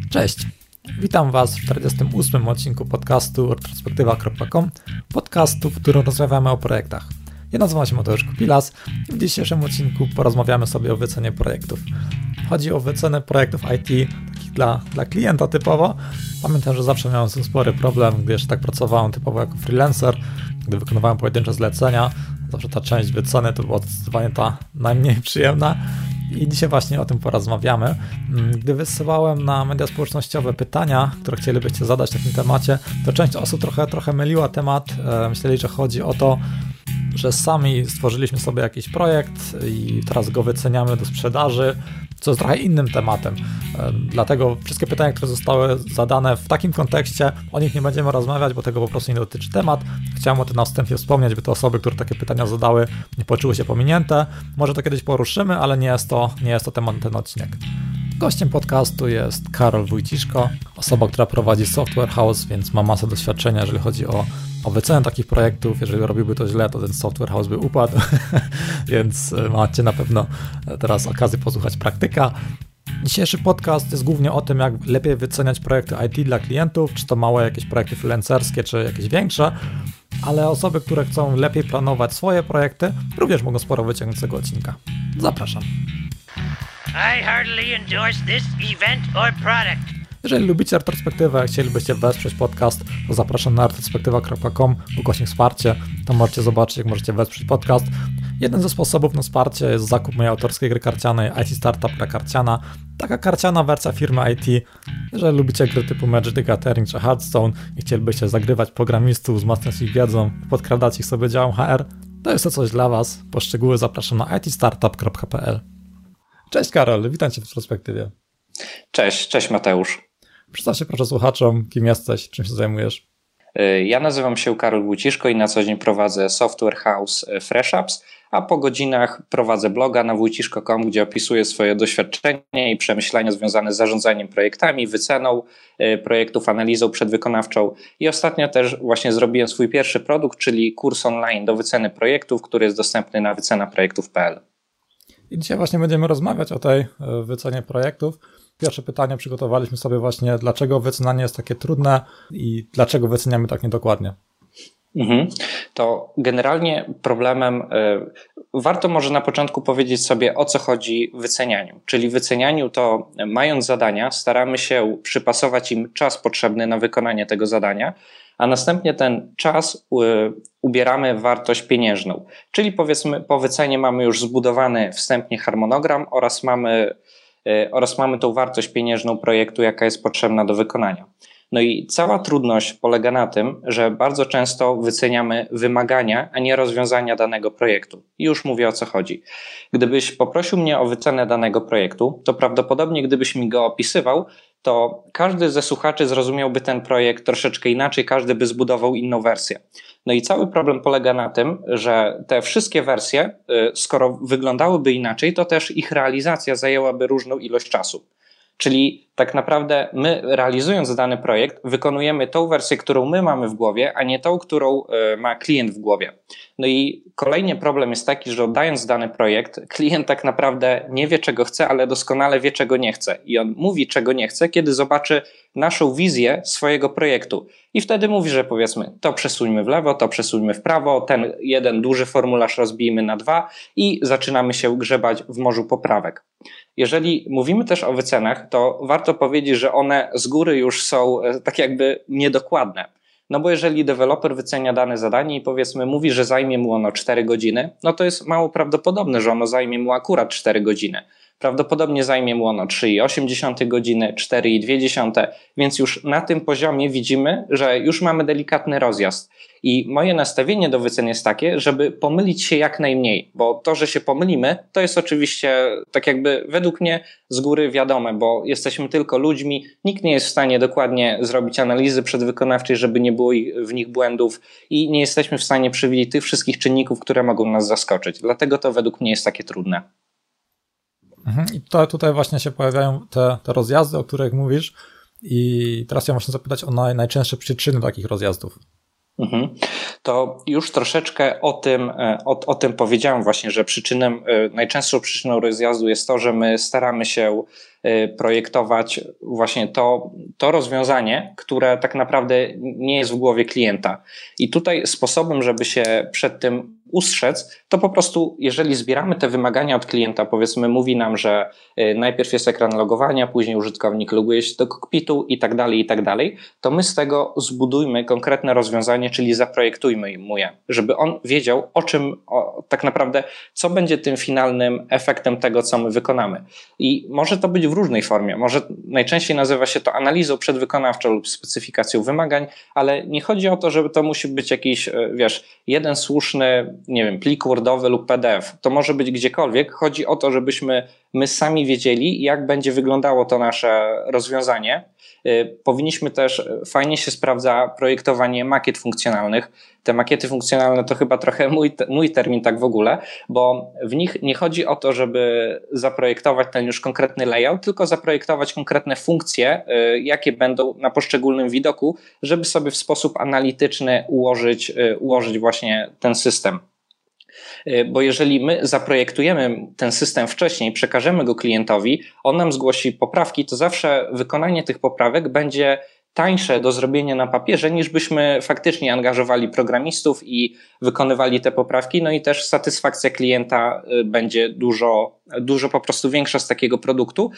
Cześć, witam Was w 48. odcinku podcastu retrospektywa.com, podcastu, w którym rozmawiamy o projektach. Ja nazywam się Mateusz Kupilas i w dzisiejszym odcinku porozmawiamy sobie o wycenie projektów. Chodzi o wycenę projektów IT, takich dla klienta typowo. Pamiętam, że zawsze miałem z tym spory problem, gdy jeszcze tak pracowałem typowo jako freelancer, gdy wykonywałem pojedyncze zlecenia. Zawsze ta część wyceny to była zdecydowanie ta najmniej przyjemna. I dzisiaj właśnie o tym porozmawiamy. Gdy wysyłałem na media społecznościowe pytania, które chcielibyście zadać w takim temacie, to część osób trochę myliła temat. Myśleli, że chodzi o to, że sami stworzyliśmy sobie jakiś projekt i teraz go wyceniamy do sprzedaży, co jest trochę innym tematem. Dlatego wszystkie pytania, które zostały zadane w takim kontekście, o nich nie będziemy rozmawiać, bo tego po prostu nie dotyczy temat. Chciałem o tym na wstępie wspomnieć, by te osoby, które takie pytania zadały, nie poczuły się pominięte. Może to kiedyś poruszymy, ale nie jest to temat ten odcinek. Gościem podcastu jest Karol Wójciszko, osoba, która prowadzi Software House, więc ma masę doświadczenia, jeżeli chodzi o wycenę takich projektów. Jeżeli robiłby to źle, to ten Software House by upadł, więc macie na pewno teraz okazję posłuchać praktyka. Dzisiejszy podcast jest głównie o tym, jak lepiej wyceniać projekty IT dla klientów, czy to małe jakieś projekty freelancerskie, czy jakieś większe, ale osoby, które chcą lepiej planować swoje projekty, również mogą sporo wyciągnąć z tego odcinka. Zapraszam. I heartily endorse this event or product. Jeżeli lubicie retrospektywę, jak chcielibyście wesprzeć podcast, to zapraszam na retrospektywa.com/wsparcie. Tam możecie zobaczyć, jak możecie wesprzeć podcast. Jeden ze sposobów na wsparcie jest zakup mojej autorskiej gry karcianej IT Startup Gra Karciana. Taka karciana wersja firmy IT. Jeżeli lubicie gry typu Magic the Gathering czy Hearthstone i chcielibyście zagrywać programistów, wzmacniać ich wiedzą, podkradać ich sobie działem HR, to jest to coś dla Was. Po szczegóły zapraszam na itstartup.pl. Cześć Karol, witam Cię w retrospektywie. Cześć Mateusz. Przedstaw się proszę słuchaczom, kim jesteś, czym się zajmujesz. Ja nazywam się Karol Wójciszko i na co dzień prowadzę Software House FreshApps, a po godzinach prowadzę bloga na wójciszko.com, gdzie opisuję swoje doświadczenia i przemyślenia związane z zarządzaniem projektami, wyceną projektów, analizą przedwykonawczą i ostatnio też właśnie zrobiłem swój pierwszy produkt, czyli kurs online do wyceny projektów, który jest dostępny na wycenaprojektów.pl. I dzisiaj właśnie będziemy rozmawiać o tej wycenie projektów. Pierwsze pytanie przygotowaliśmy sobie właśnie, dlaczego wycenanie jest takie trudne i dlaczego wyceniamy tak niedokładnie. To generalnie problemem, warto może na początku powiedzieć sobie, o co chodzi w wycenianiu. Czyli w wycenianiu to mając zadania, staramy się przypasować im czas potrzebny na wykonanie tego zadania, a następnie ten czas ubieramy w wartość pieniężną. Czyli powiedzmy po wycenie mamy już zbudowany wstępnie harmonogram oraz mamy tą wartość pieniężną projektu, jaka jest potrzebna do wykonania. No i cała trudność polega na tym, że bardzo często wyceniamy wymagania, a nie rozwiązania danego projektu. I już mówię, o co chodzi. Gdybyś poprosił mnie o wycenę danego projektu, to prawdopodobnie gdybyś mi go opisywał, to każdy ze słuchaczy zrozumiałby ten projekt troszeczkę inaczej, każdy by zbudował inną wersję. No i cały problem polega na tym, że te wszystkie wersje, skoro wyglądałyby inaczej, to też ich realizacja zajęłaby różną ilość czasu. Czyli tak naprawdę my, realizując dany projekt, wykonujemy tą wersję, którą my mamy w głowie, a nie tą, którą ma klient w głowie. No i kolejny problem jest taki, że oddając dany projekt, klient tak naprawdę nie wie, czego chce, ale doskonale wie, czego nie chce. I on mówi, czego nie chce, kiedy zobaczy naszą wizję swojego projektu. I wtedy mówi, że powiedzmy, to przesuńmy w lewo, to przesuńmy w prawo, ten jeden duży formularz rozbijmy na 2 i zaczynamy się grzebać w morzu poprawek. Jeżeli mówimy też o wycenach, to warto powiedzieć, że one z góry już są tak jakby niedokładne. No bo jeżeli deweloper wycenia dane zadanie i powiedzmy mówi, że zajmie mu ono 4 godziny, no to jest mało prawdopodobne, że ono zajmie mu akurat 4 godziny. Prawdopodobnie zajmie mu ono 3,8 godziny, 4,2, więc już na tym poziomie widzimy, że już mamy delikatny rozjazd. I moje nastawienie do wycen jest takie, żeby pomylić się jak najmniej, bo to, że się pomylimy, to jest oczywiście tak jakby według mnie z góry wiadome, bo jesteśmy tylko ludźmi, nikt nie jest w stanie dokładnie zrobić analizy przedwykonawczej, żeby nie było w nich błędów i nie jesteśmy w stanie przewidzieć tych wszystkich czynników, które mogą nas zaskoczyć. Dlatego to według mnie jest takie trudne. I tutaj właśnie się pojawiają te rozjazdy, o których mówisz i teraz ja muszę zapytać o najczęstsze przyczyny takich rozjazdów. To już troszeczkę o tym powiedziałem właśnie, że najczęstszą przyczyną rozjazdu jest to, że my staramy się projektować właśnie to rozwiązanie, które tak naprawdę nie jest w głowie klienta. I tutaj sposobem, żeby się przed tym ustrzec, to po prostu jeżeli zbieramy te wymagania od klienta, powiedzmy mówi nam, że najpierw jest ekran logowania, później użytkownik loguje się do kokpitu i tak dalej, to my z tego zbudujmy konkretne rozwiązanie, czyli zaprojektujmy mu je, żeby on wiedział tak naprawdę, co będzie tym finalnym efektem tego, co my wykonamy. I może to być w różnej formie, może najczęściej nazywa się to analizą przedwykonawczą lub specyfikacją wymagań, ale nie chodzi o to, żeby to musi być jakiś, jeden słuszny, plik Wordowy lub PDF. To może być gdziekolwiek. Chodzi o to, żebyśmy my sami wiedzieli, jak będzie wyglądało to nasze rozwiązanie. Powinniśmy też, fajnie się sprawdza projektowanie makiet funkcjonalnych. Te makiety funkcjonalne to chyba trochę mój termin tak w ogóle, bo w nich nie chodzi o to, żeby zaprojektować ten już konkretny layout, tylko zaprojektować konkretne funkcje, jakie będą na poszczególnym widoku, żeby sobie w sposób analityczny ułożyć właśnie ten system. Bo jeżeli my zaprojektujemy ten system wcześniej, przekażemy go klientowi, on nam zgłosi poprawki, to zawsze wykonanie tych poprawek będzie tańsze do zrobienia na papierze, niż byśmy faktycznie angażowali programistów i wykonywali te poprawki, no i też satysfakcja klienta będzie dużo po prostu większa z takiego produktu,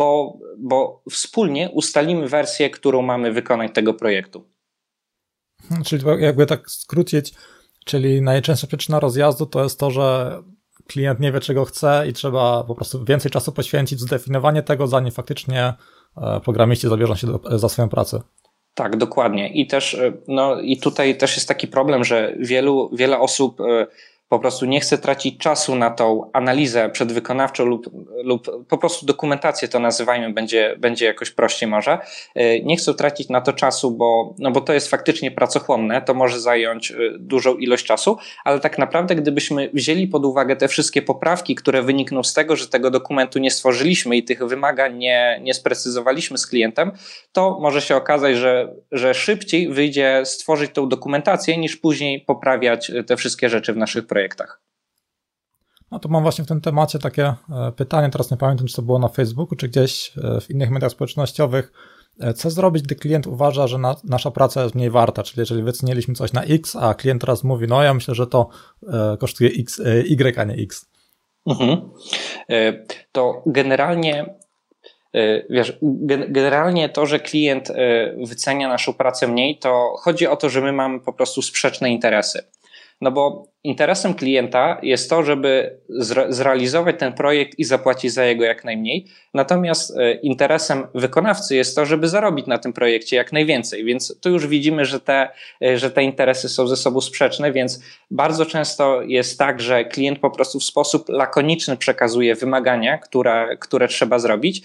bo wspólnie ustalimy wersję, którą mamy wykonać tego projektu. Czyli jakby tak skrócić, czyli najczęstsza przyczyna rozjazdu to jest to, że klient nie wie, czego chce i trzeba po prostu więcej czasu poświęcić w zdefiniowanie tego, zanim faktycznie programiści zabierzą się za swoją pracę. Tak, dokładnie. I też, i tutaj też jest taki problem, że wiele osób po prostu nie chce tracić czasu na tą analizę przedwykonawczą lub po prostu dokumentację, to nazywajmy, będzie jakoś prościej może. Nie chcą tracić na to czasu, bo to jest faktycznie pracochłonne, to może zająć dużą ilość czasu, ale tak naprawdę gdybyśmy wzięli pod uwagę te wszystkie poprawki, które wynikną z tego, że tego dokumentu nie stworzyliśmy i tych wymagań nie sprecyzowaliśmy z klientem, to może się okazać, że szybciej wyjdzie stworzyć tą dokumentację, niż później poprawiać te wszystkie rzeczy w naszych projektach. No to mam właśnie w tym temacie takie pytanie, teraz nie pamiętam, czy to było na Facebooku, czy gdzieś w innych mediach społecznościowych. Co zrobić, gdy klient uważa, że nasza praca jest mniej warta? Czyli jeżeli wyceniliśmy coś na X, a klient teraz mówi, no ja myślę, że to kosztuje Y, a nie X. To generalnie generalnie to, że klient wycenia naszą pracę mniej, to chodzi o to, że my mamy po prostu sprzeczne interesy. No bo interesem klienta jest to, żeby zrealizować ten projekt i zapłacić za jego jak najmniej. Natomiast interesem wykonawcy jest to, żeby zarobić na tym projekcie jak najwięcej. Więc tu już widzimy, że te interesy są ze sobą sprzeczne, więc bardzo często jest tak, że klient po prostu w sposób lakoniczny przekazuje wymagania, które trzeba zrobić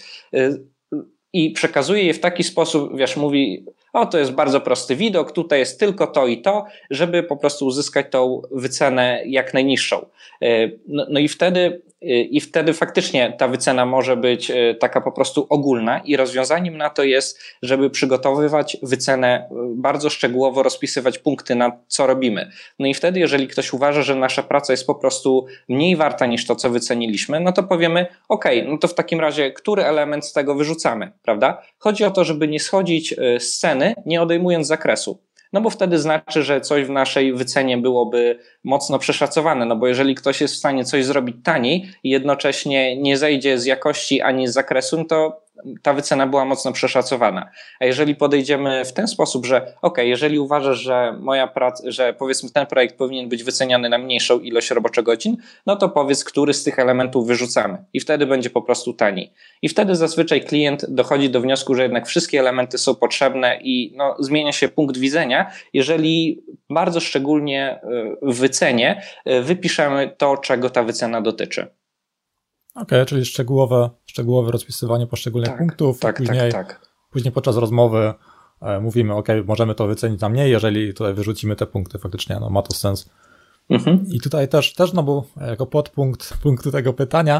i przekazuje je w taki sposób, mówi, to jest bardzo prosty widok, tutaj jest tylko to i to, żeby po prostu uzyskać tą wycenę jak najniższą. No i wtedy faktycznie ta wycena może być taka po prostu ogólna i rozwiązaniem na to jest, żeby przygotowywać wycenę bardzo szczegółowo, rozpisywać punkty, na co robimy. No i wtedy, jeżeli ktoś uważa, że nasza praca jest po prostu mniej warta niż to, co wyceniliśmy, no to powiemy, no to w takim razie, który element z tego wyrzucamy, prawda? Chodzi o to, żeby nie schodzić z ceny, nie odejmując zakresu. No bo wtedy znaczy, że coś w naszej wycenie byłoby mocno przeszacowane, no bo jeżeli ktoś jest w stanie coś zrobić taniej i jednocześnie nie zejdzie z jakości ani z zakresu, no to ta wycena była mocno przeszacowana. A jeżeli podejdziemy w ten sposób, że jeżeli uważasz, że że powiedzmy ten projekt powinien być wyceniany na mniejszą ilość roboczogodzin, no to powiedz, który z tych elementów wyrzucamy i wtedy będzie po prostu taniej. I wtedy zazwyczaj klient dochodzi do wniosku, że jednak wszystkie elementy są potrzebne i zmienia się punkt widzenia, jeżeli bardzo szczególnie w wycenie wypiszemy to, czego ta wycena dotyczy. Okej, czyli szczegółowe rozpisywanie poszczególnych punktów. Później podczas rozmowy mówimy, możemy to wycenić na mniej, jeżeli tutaj wyrzucimy te punkty, faktycznie ma to sens. I tutaj też, bo jako podpunkt punktu tego pytania,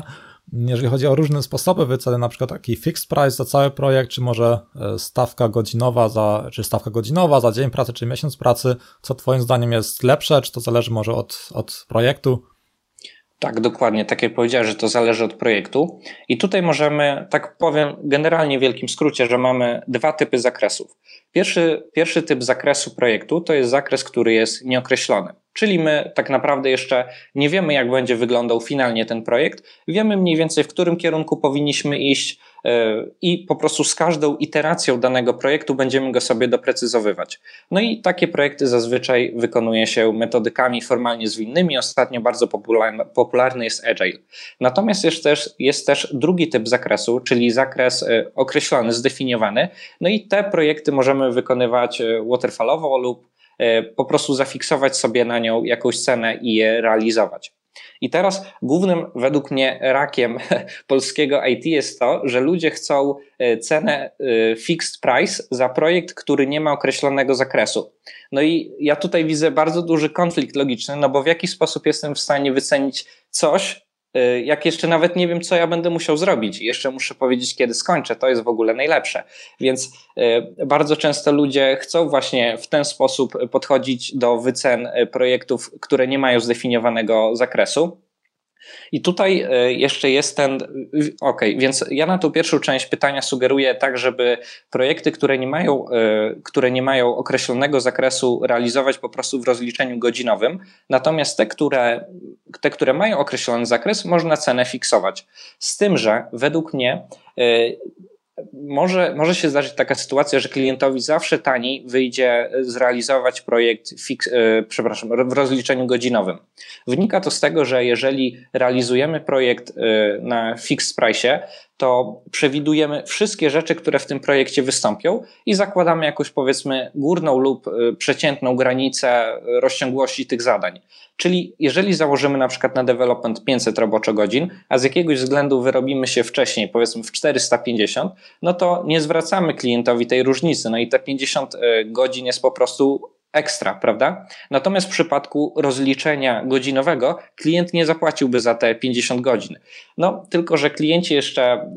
jeżeli chodzi o różne sposoby wyceny, na przykład taki fixed price za cały projekt, czy może stawka godzinowa za dzień pracy, czy miesiąc pracy, co twoim zdaniem jest lepsze, czy to zależy może od projektu? Tak, dokładnie. Tak jak powiedziałeś, że to zależy od projektu. I tutaj możemy, tak powiem generalnie w wielkim skrócie, że mamy dwa typy zakresów. Pierwszy typ zakresu projektu to jest zakres, który jest nieokreślony. Czyli my tak naprawdę jeszcze nie wiemy, jak będzie wyglądał finalnie ten projekt. Wiemy mniej więcej, w którym kierunku powinniśmy iść i po prostu z każdą iteracją danego projektu będziemy go sobie doprecyzowywać. No i takie projekty zazwyczaj wykonuje się metodykami formalnie zwinnymi. Ostatnio bardzo popularny jest Agile. Natomiast jest też drugi typ zakresu, czyli zakres określony, zdefiniowany. No i te projekty możemy wykonywać waterfallowo lub po prostu zafiksować sobie na nią jakąś cenę i je realizować. I teraz głównym według mnie rakiem polskiego IT jest to, że ludzie chcą cenę fixed price za projekt, który nie ma określonego zakresu. No i ja tutaj widzę bardzo duży konflikt logiczny, no bo w jaki sposób jestem w stanie wycenić coś, jak jeszcze nawet nie wiem, co ja będę musiał zrobić i jeszcze muszę powiedzieć, kiedy skończę, to jest w ogóle najlepsze. Więc bardzo często ludzie chcą właśnie w ten sposób podchodzić do wycen projektów, które nie mają zdefiniowanego zakresu. I tutaj jeszcze jest ten, więc ja na tą pierwszą część pytania sugeruję tak, żeby projekty, które nie mają określonego zakresu, realizować po prostu w rozliczeniu godzinowym, natomiast te, które mają określony zakres, można cenę fiksować. Z tym, że według mnie może się zdarzyć taka sytuacja, że klientowi zawsze taniej wyjdzie zrealizować projekt w rozliczeniu godzinowym. Wynika to z tego, że jeżeli realizujemy projekt na fixed price, to przewidujemy wszystkie rzeczy, które w tym projekcie wystąpią i zakładamy jakąś, powiedzmy, górną lub przeciętną granicę rozciągłości tych zadań. Czyli jeżeli założymy na przykład na development 500 roboczogodzin, a z jakiegoś względu wyrobimy się wcześniej, powiedzmy w 450, no to nie zwracamy klientowi tej różnicy. No i te 50 godzin jest po prostu ekstra, prawda? Natomiast w przypadku rozliczenia godzinowego klient nie zapłaciłby za te 50 godzin. No, tylko że klienci jeszcze,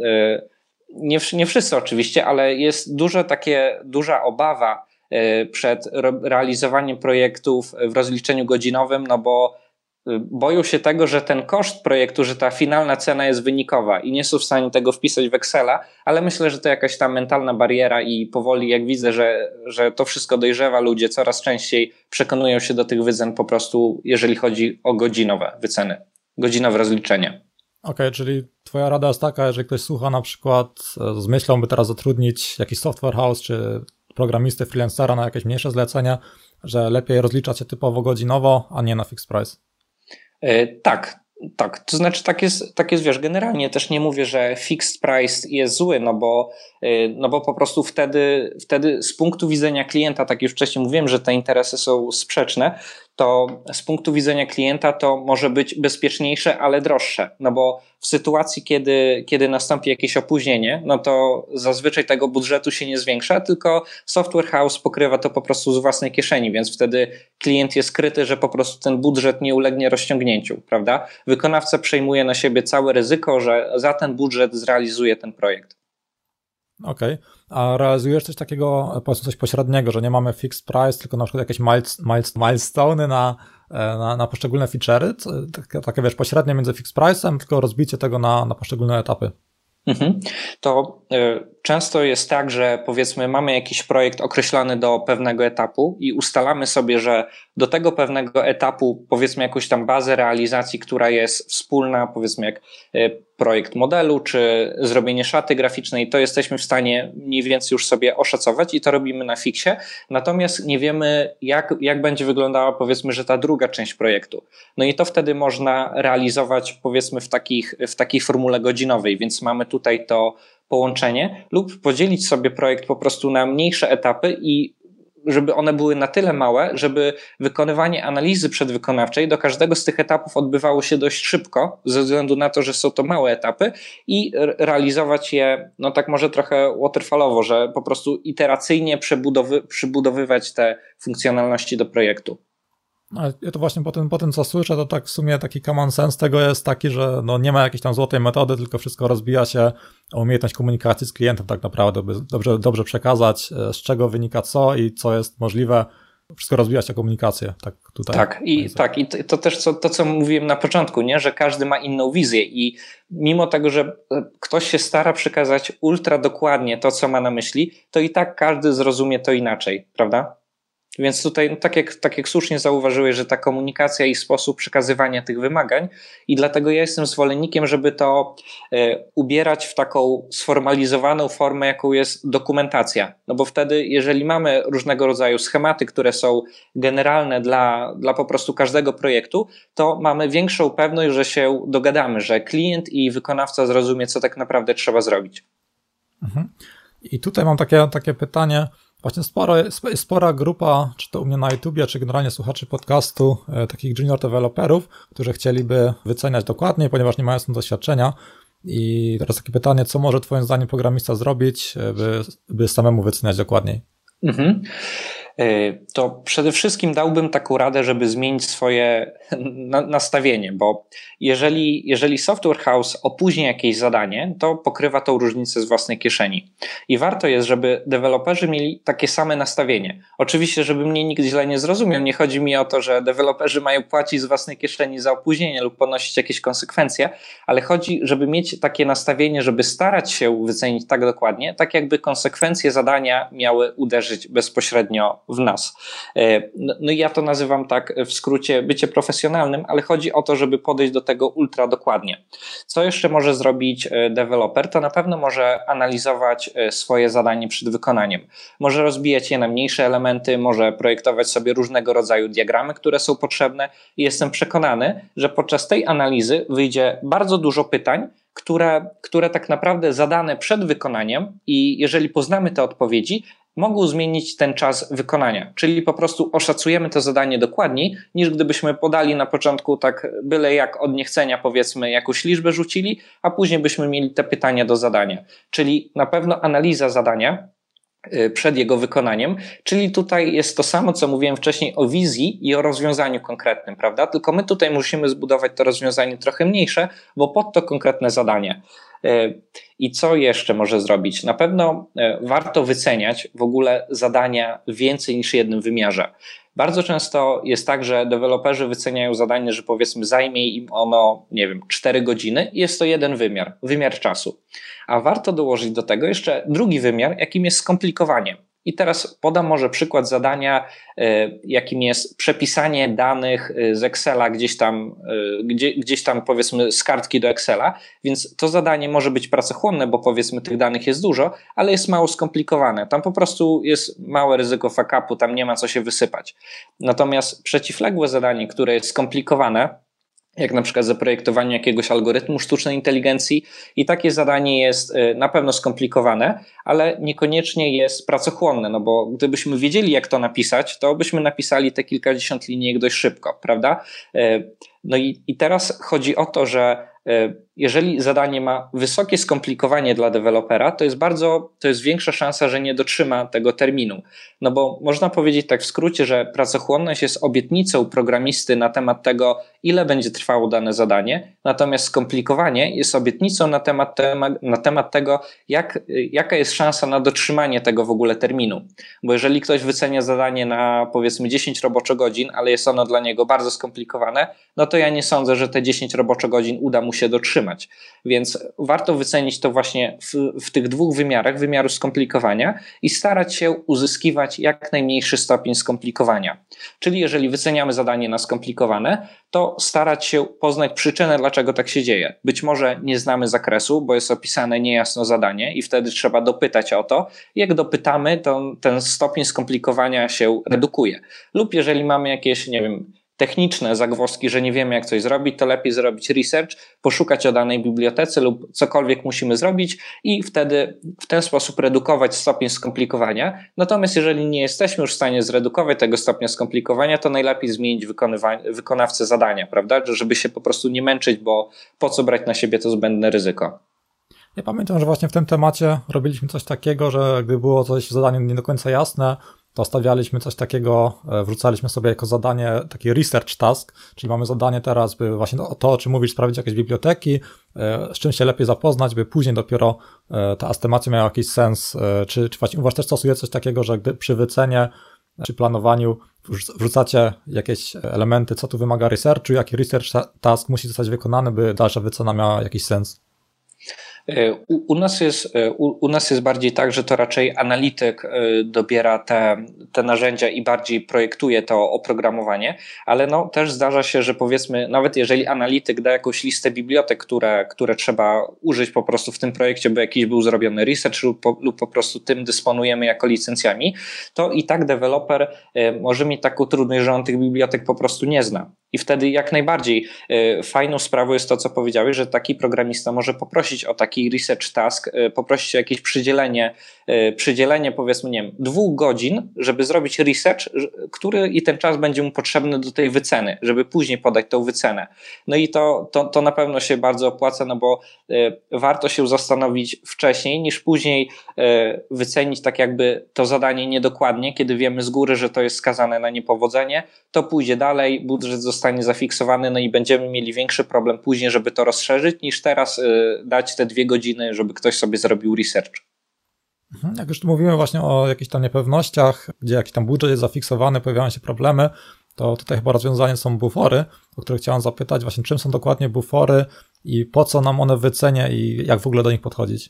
nie wszyscy oczywiście, ale jest duża obawa przed realizowaniem projektów w rozliczeniu godzinowym, no bo boją się tego, że ten koszt projektu, że ta finalna cena jest wynikowa i nie są w stanie tego wpisać w Excela, ale myślę, że to jakaś tam mentalna bariera i powoli jak widzę, że to wszystko dojrzewa, ludzie coraz częściej przekonują się do tych wycen po prostu, jeżeli chodzi o godzinowe wyceny, godzinowe rozliczenie. Okej, czyli twoja rada jest taka, jeżeli ktoś słucha na przykład z myślą, by teraz zatrudnić jakiś software house czy programistę, freelancera na jakieś mniejsze zlecenia, że lepiej rozliczać się typowo godzinowo, a nie na fixed price. Tak. To znaczy tak jest, wiesz, generalnie też nie mówię, że fixed price jest zły, no bo po prostu wtedy z punktu widzenia klienta, tak już wcześniej mówiłem, że te interesy są sprzeczne, to z punktu widzenia klienta to może być bezpieczniejsze, ale droższe, no bo w sytuacji, kiedy nastąpi jakieś opóźnienie, no to zazwyczaj tego budżetu się nie zwiększa, tylko software house pokrywa to po prostu z własnej kieszeni, więc wtedy klient jest kryty, że po prostu ten budżet nie ulegnie rozciągnięciu, prawda? Wykonawca przejmuje na siebie całe ryzyko, że za ten budżet zrealizuje ten projekt. Okej. A realizujesz coś takiego, powiedzmy coś pośredniego, że nie mamy fixed price, tylko na przykład jakieś milestone'y na poszczególne feature'y, takie wiesz, pośrednie między fixed price'em, tylko rozbicie tego na poszczególne etapy. To często jest tak, że powiedzmy mamy jakiś projekt określony do pewnego etapu i ustalamy sobie, że do tego pewnego etapu powiedzmy jakąś tam bazę realizacji, która jest wspólna, powiedzmy jak projekt modelu czy zrobienie szaty graficznej, to jesteśmy w stanie mniej więcej już sobie oszacować i to robimy na fiksie, natomiast nie wiemy jak będzie wyglądała powiedzmy, że ta druga część projektu. No i to wtedy można realizować powiedzmy w takiej formule godzinowej, więc mamy tutaj to połączenie lub podzielić sobie projekt po prostu na mniejsze etapy i żeby one były na tyle małe, żeby wykonywanie analizy przedwykonawczej do każdego z tych etapów odbywało się dość szybko, ze względu na to, że są to małe etapy i realizować je, no tak może trochę waterfallowo, że po prostu iteracyjnie przybudowywać te funkcjonalności do projektu. Ja to właśnie po tym, co słyszę, to tak w sumie taki common sense tego jest taki, że no nie ma jakiejś tam złotej metody, tylko wszystko rozbija się o umiejętność komunikacji z klientem tak naprawdę, by dobrze przekazać, z czego wynika co i co jest możliwe. Wszystko rozbija się o komunikację, tak tutaj. I to też co mówiłem na początku, nie? Że każdy ma inną wizję i mimo tego, że ktoś się stara przekazać ultra dokładnie to, co ma na myśli, to i tak każdy zrozumie to inaczej, prawda? Więc tutaj, no tak jak słusznie zauważyłeś, że ta komunikacja i sposób przekazywania tych wymagań i dlatego ja jestem zwolennikiem, żeby to ubierać w taką sformalizowaną formę, jaką jest dokumentacja. No bo wtedy, jeżeli mamy różnego rodzaju schematy, które są generalne dla po prostu każdego projektu, to mamy większą pewność, że się dogadamy, że klient i wykonawca zrozumie, co tak naprawdę trzeba zrobić. Mhm. I tutaj mam takie pytanie. Właśnie spora grupa, czy to u mnie na YouTubie, czy generalnie słuchaczy podcastu, takich junior deweloperów, którzy chcieliby wyceniać dokładniej, ponieważ nie mają z tym doświadczenia. I teraz takie pytanie, co może twoim zdaniem programista zrobić, by samemu wyceniać dokładniej? Mhm. To przede wszystkim dałbym taką radę, żeby zmienić swoje nastawienie, bo jeżeli software house opóźni jakieś zadanie, to pokrywa tą różnicę z własnej kieszeni. I warto jest, żeby deweloperzy mieli takie same nastawienie. Oczywiście, żeby mnie nikt źle nie zrozumiał, nie chodzi mi o to, że deweloperzy mają płacić z własnej kieszeni za opóźnienie lub ponosić jakieś konsekwencje, ale chodzi, żeby mieć takie nastawienie, żeby starać się wycenić tak dokładnie, tak jakby konsekwencje zadania miały uderzyć bezpośrednio w nas. No i ja to nazywam tak w skrócie bycie profesjonalnym, ale chodzi o to, żeby podejść do tego ultra dokładnie. Co jeszcze może zrobić deweloper? To na pewno może analizować swoje zadanie przed wykonaniem. Może rozbijać je na mniejsze elementy, może projektować sobie różnego rodzaju diagramy, które są potrzebne i jestem przekonany, że podczas tej analizy wyjdzie bardzo dużo pytań, które tak naprawdę zadane przed wykonaniem i jeżeli poznamy te odpowiedzi, mogą zmienić ten czas wykonania, czyli po prostu oszacujemy to zadanie dokładniej, niż gdybyśmy podali na początku tak byle jak od niechcenia powiedzmy jakąś liczbę rzucili, a później byśmy mieli te pytania do zadania. Czyli na pewno analiza zadania przed jego wykonaniem, czyli tutaj jest to samo, co mówiłem wcześniej o wizji i o rozwiązaniu konkretnym, prawda? Tylko my tutaj musimy zbudować to rozwiązanie trochę mniejsze, bo pod to konkretne zadanie. I co jeszcze może zrobić? Na pewno warto wyceniać w ogóle zadania więcej niż w jednym wymiarze. Bardzo często jest tak, że deweloperzy wyceniają zadanie, że powiedzmy zajmie im ono, 4 godziny i jest to jeden wymiar czasu. A warto dołożyć do tego jeszcze drugi wymiar, jakim jest skomplikowanie. I teraz podam może przykład zadania, jakim jest przepisanie danych z Excela gdzieś tam powiedzmy z kartki do Excela, więc to zadanie może być pracochłonne, bo powiedzmy tych danych jest dużo, ale jest mało skomplikowane. Tam po prostu jest małe ryzyko fuck-upu, tam nie ma co się wysypać. Natomiast przeciwległe zadanie, które jest skomplikowane, jak na przykład zaprojektowanie jakiegoś algorytmu sztucznej inteligencji i takie zadanie jest na pewno skomplikowane, ale niekoniecznie jest pracochłonne, no bo gdybyśmy wiedzieli jak to napisać, to byśmy napisali te kilkadziesiąt linijek dość szybko, prawda? No i teraz chodzi o to, że jeżeli zadanie ma wysokie skomplikowanie dla dewelopera, to jest większa szansa, że nie dotrzyma tego terminu. No bo można powiedzieć tak w skrócie, że pracochłonność jest obietnicą programisty na temat tego, ile będzie trwało dane zadanie, natomiast skomplikowanie jest obietnicą na temat tego, jaka jest szansa na dotrzymanie tego w ogóle terminu. Bo jeżeli ktoś wycenia zadanie na powiedzmy 10 roboczogodzin, ale jest ono dla niego bardzo skomplikowane, no to ja nie sądzę, że te 10 roboczogodzin uda mu się dotrzymać. Więc warto wycenić to właśnie w tych dwóch wymiarach, wymiaru skomplikowania i starać się uzyskiwać jak najmniejszy stopień skomplikowania. Czyli jeżeli wyceniamy zadanie na skomplikowane, to starać się poznać przyczynę, dlaczego tak się dzieje. Być może nie znamy zakresu, bo jest opisane niejasno zadanie i wtedy trzeba dopytać o to. Jak dopytamy, to ten stopień skomplikowania się redukuje. Lub jeżeli mamy jakieś, techniczne zagwozdki, że nie wiemy jak coś zrobić, to lepiej zrobić research, poszukać o danej bibliotece lub cokolwiek musimy zrobić i wtedy w ten sposób redukować stopień skomplikowania. Natomiast jeżeli nie jesteśmy już w stanie zredukować tego stopnia skomplikowania, to najlepiej zmienić wykonawcę zadania, prawda? Żeby się po prostu nie męczyć, bo po co brać na siebie to zbędne ryzyko. Ja pamiętam, że właśnie w tym temacie robiliśmy coś takiego, że gdy było coś w zadaniu nie do końca jasne, to stawialiśmy coś takiego, wrzucaliśmy sobie jako zadanie taki research task, czyli mamy zadanie teraz, by właśnie to, o czym mówisz, sprawdzić jakieś biblioteki, z czym się lepiej zapoznać, by później dopiero ta estymacja miała jakiś sens. Czy właśnie u was też stosuje coś takiego, że gdy przy wycenie, przy planowaniu wrzucacie jakieś elementy, co tu wymaga researchu, jaki research task musi zostać wykonany, by dalsza wycena miała jakiś sens? U nas jest bardziej tak, że to raczej analityk dobiera te narzędzia i bardziej projektuje to oprogramowanie, ale no też zdarza się, że powiedzmy, nawet jeżeli analityk da jakąś listę bibliotek, które trzeba użyć po prostu w tym projekcie, by jakiś był zrobiony research lub po prostu tym dysponujemy jako licencjami, to i tak deweloper może mieć taką trudność, że on tych bibliotek po prostu nie zna. I wtedy jak najbardziej fajną sprawą jest to, co powiedziałeś, że taki programista może poprosić o taki research task, poprosić o jakieś przydzielenie powiedzmy, nie wiem, 2 godzin, żeby zrobić research, który i ten czas będzie mu potrzebny do tej wyceny, żeby później podać tą wycenę. No i to na pewno się bardzo opłaca, no bo warto się zastanowić wcześniej, niż później wycenić tak jakby to zadanie niedokładnie, kiedy wiemy z góry, że to jest skazane na niepowodzenie, to pójdzie dalej, budżet zostanie zafiksowany, no i będziemy mieli większy problem później, żeby to rozszerzyć, niż teraz dać te 2 godziny, żeby ktoś sobie zrobił research. Jak już tu mówimy właśnie o jakichś tam niepewnościach, gdzie jakiś tam budżet jest zafiksowany, pojawiają się problemy, to tutaj chyba rozwiązaniem są bufory, o które chciałem zapytać właśnie, czym są dokładnie bufory i po co nam one w wycenie i jak w ogóle do nich podchodzić?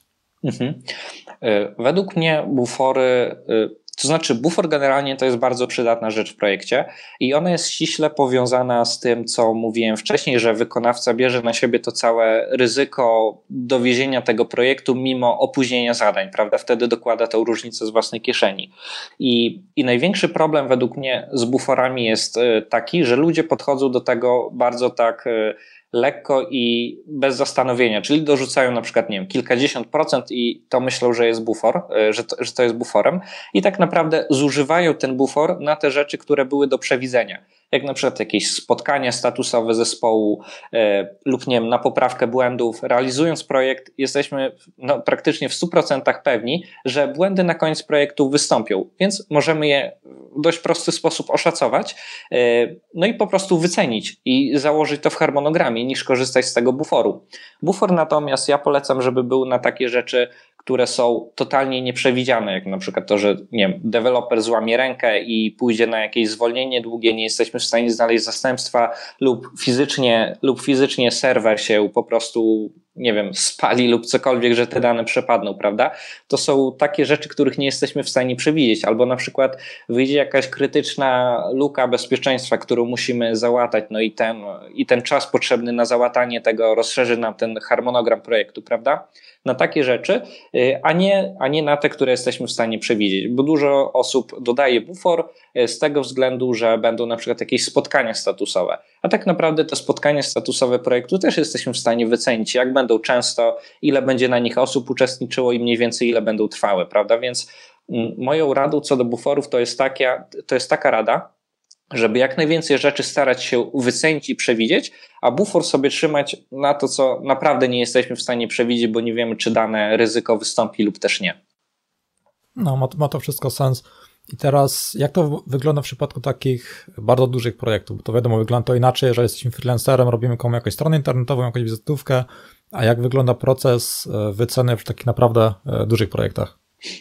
Według mnie bufory, to znaczy bufor generalnie to jest bardzo przydatna rzecz w projekcie i ona jest ściśle powiązana z tym, co mówiłem wcześniej, że wykonawca bierze na siebie to całe ryzyko dowiezienia tego projektu mimo opóźnienia zadań, prawda? Wtedy dokłada tę różnicę z własnej kieszeni. I największy problem według mnie z buforami jest taki, że ludzie podchodzą do tego bardzo tak lekko i bez zastanowienia, czyli dorzucają na przykład, nie wiem, kilkadziesiąt procent i to myślą, że jest bufor, że to jest buforem i tak naprawdę zużywają ten bufor na te rzeczy, które były do przewidzenia. Jak na przykład jakieś spotkania statusowe zespołu lub nie wiem, na poprawkę błędów. Realizując projekt jesteśmy praktycznie w 100% pewni, że błędy na koniec projektu wystąpią, więc możemy je w dość prosty sposób oszacować, no i po prostu wycenić i założyć to w harmonogramie, niż korzystać z tego buforu. Bufor natomiast ja polecam, żeby był na takie rzeczy, które są totalnie nieprzewidziane, jak na przykład to, że nie wiem, deweloper złamie rękę i pójdzie na jakieś zwolnienie długie, nie jesteśmy w stanie znaleźć zastępstwa lub fizycznie serwer się po prostu, nie wiem, spali lub cokolwiek, że te dane przepadną, prawda? To są takie rzeczy, których nie jesteśmy w stanie przewidzieć, albo na przykład wyjdzie jakaś krytyczna luka bezpieczeństwa, którą musimy załatać, no i ten czas potrzebny na załatanie tego rozszerzy nam ten harmonogram projektu, prawda? Na takie rzeczy, a nie na te, które jesteśmy w stanie przewidzieć, bo dużo osób dodaje bufor z tego względu, że będą na przykład jakieś spotkania statusowe, a tak naprawdę te spotkania statusowe projektu też jesteśmy w stanie wycenić, jak będą często, ile będzie na nich osób uczestniczyło i mniej więcej ile będą trwały, prawda? Więc moją radą co do buforów to jest taka rada, żeby jak najwięcej rzeczy starać się wycenić i przewidzieć, a bufor sobie trzymać na to, co naprawdę nie jesteśmy w stanie przewidzieć, bo nie wiemy, czy dane ryzyko wystąpi lub też nie. No, ma to wszystko sens. I teraz, jak to wygląda w przypadku takich bardzo dużych projektów? Bo to wiadomo, wygląda to inaczej, jeżeli jesteśmy freelancerem, robimy komuś jakąś stronę internetową, jakąś wizytówkę, a jak wygląda proces wyceny w takich naprawdę dużych projektach?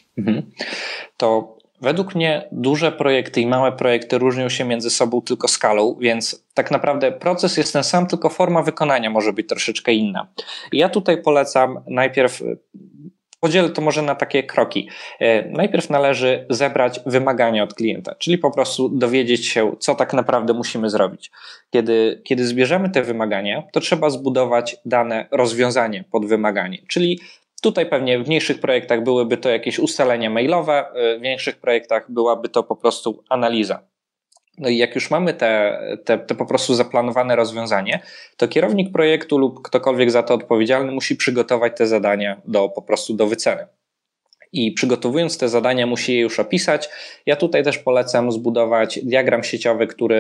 To według mnie duże projekty i małe projekty różnią się między sobą tylko skalą, więc tak naprawdę proces jest ten sam, tylko forma wykonania może być troszeczkę inna. I ja tutaj polecam najpierw, podzielę to może na takie kroki. Najpierw należy zebrać wymagania od klienta, czyli po prostu dowiedzieć się, co tak naprawdę musimy zrobić. Kiedy zbierzemy te wymagania, to trzeba zbudować dane rozwiązanie pod wymaganie, czyli tutaj pewnie w mniejszych projektach byłyby to jakieś ustalenia mailowe, w większych projektach byłaby to po prostu analiza. No i jak już mamy te po prostu zaplanowane rozwiązanie, to kierownik projektu lub ktokolwiek za to odpowiedzialny musi przygotować te zadania po prostu do wyceny. I przygotowując te zadania musi je już opisać. Ja tutaj też polecam zbudować diagram sieciowy, który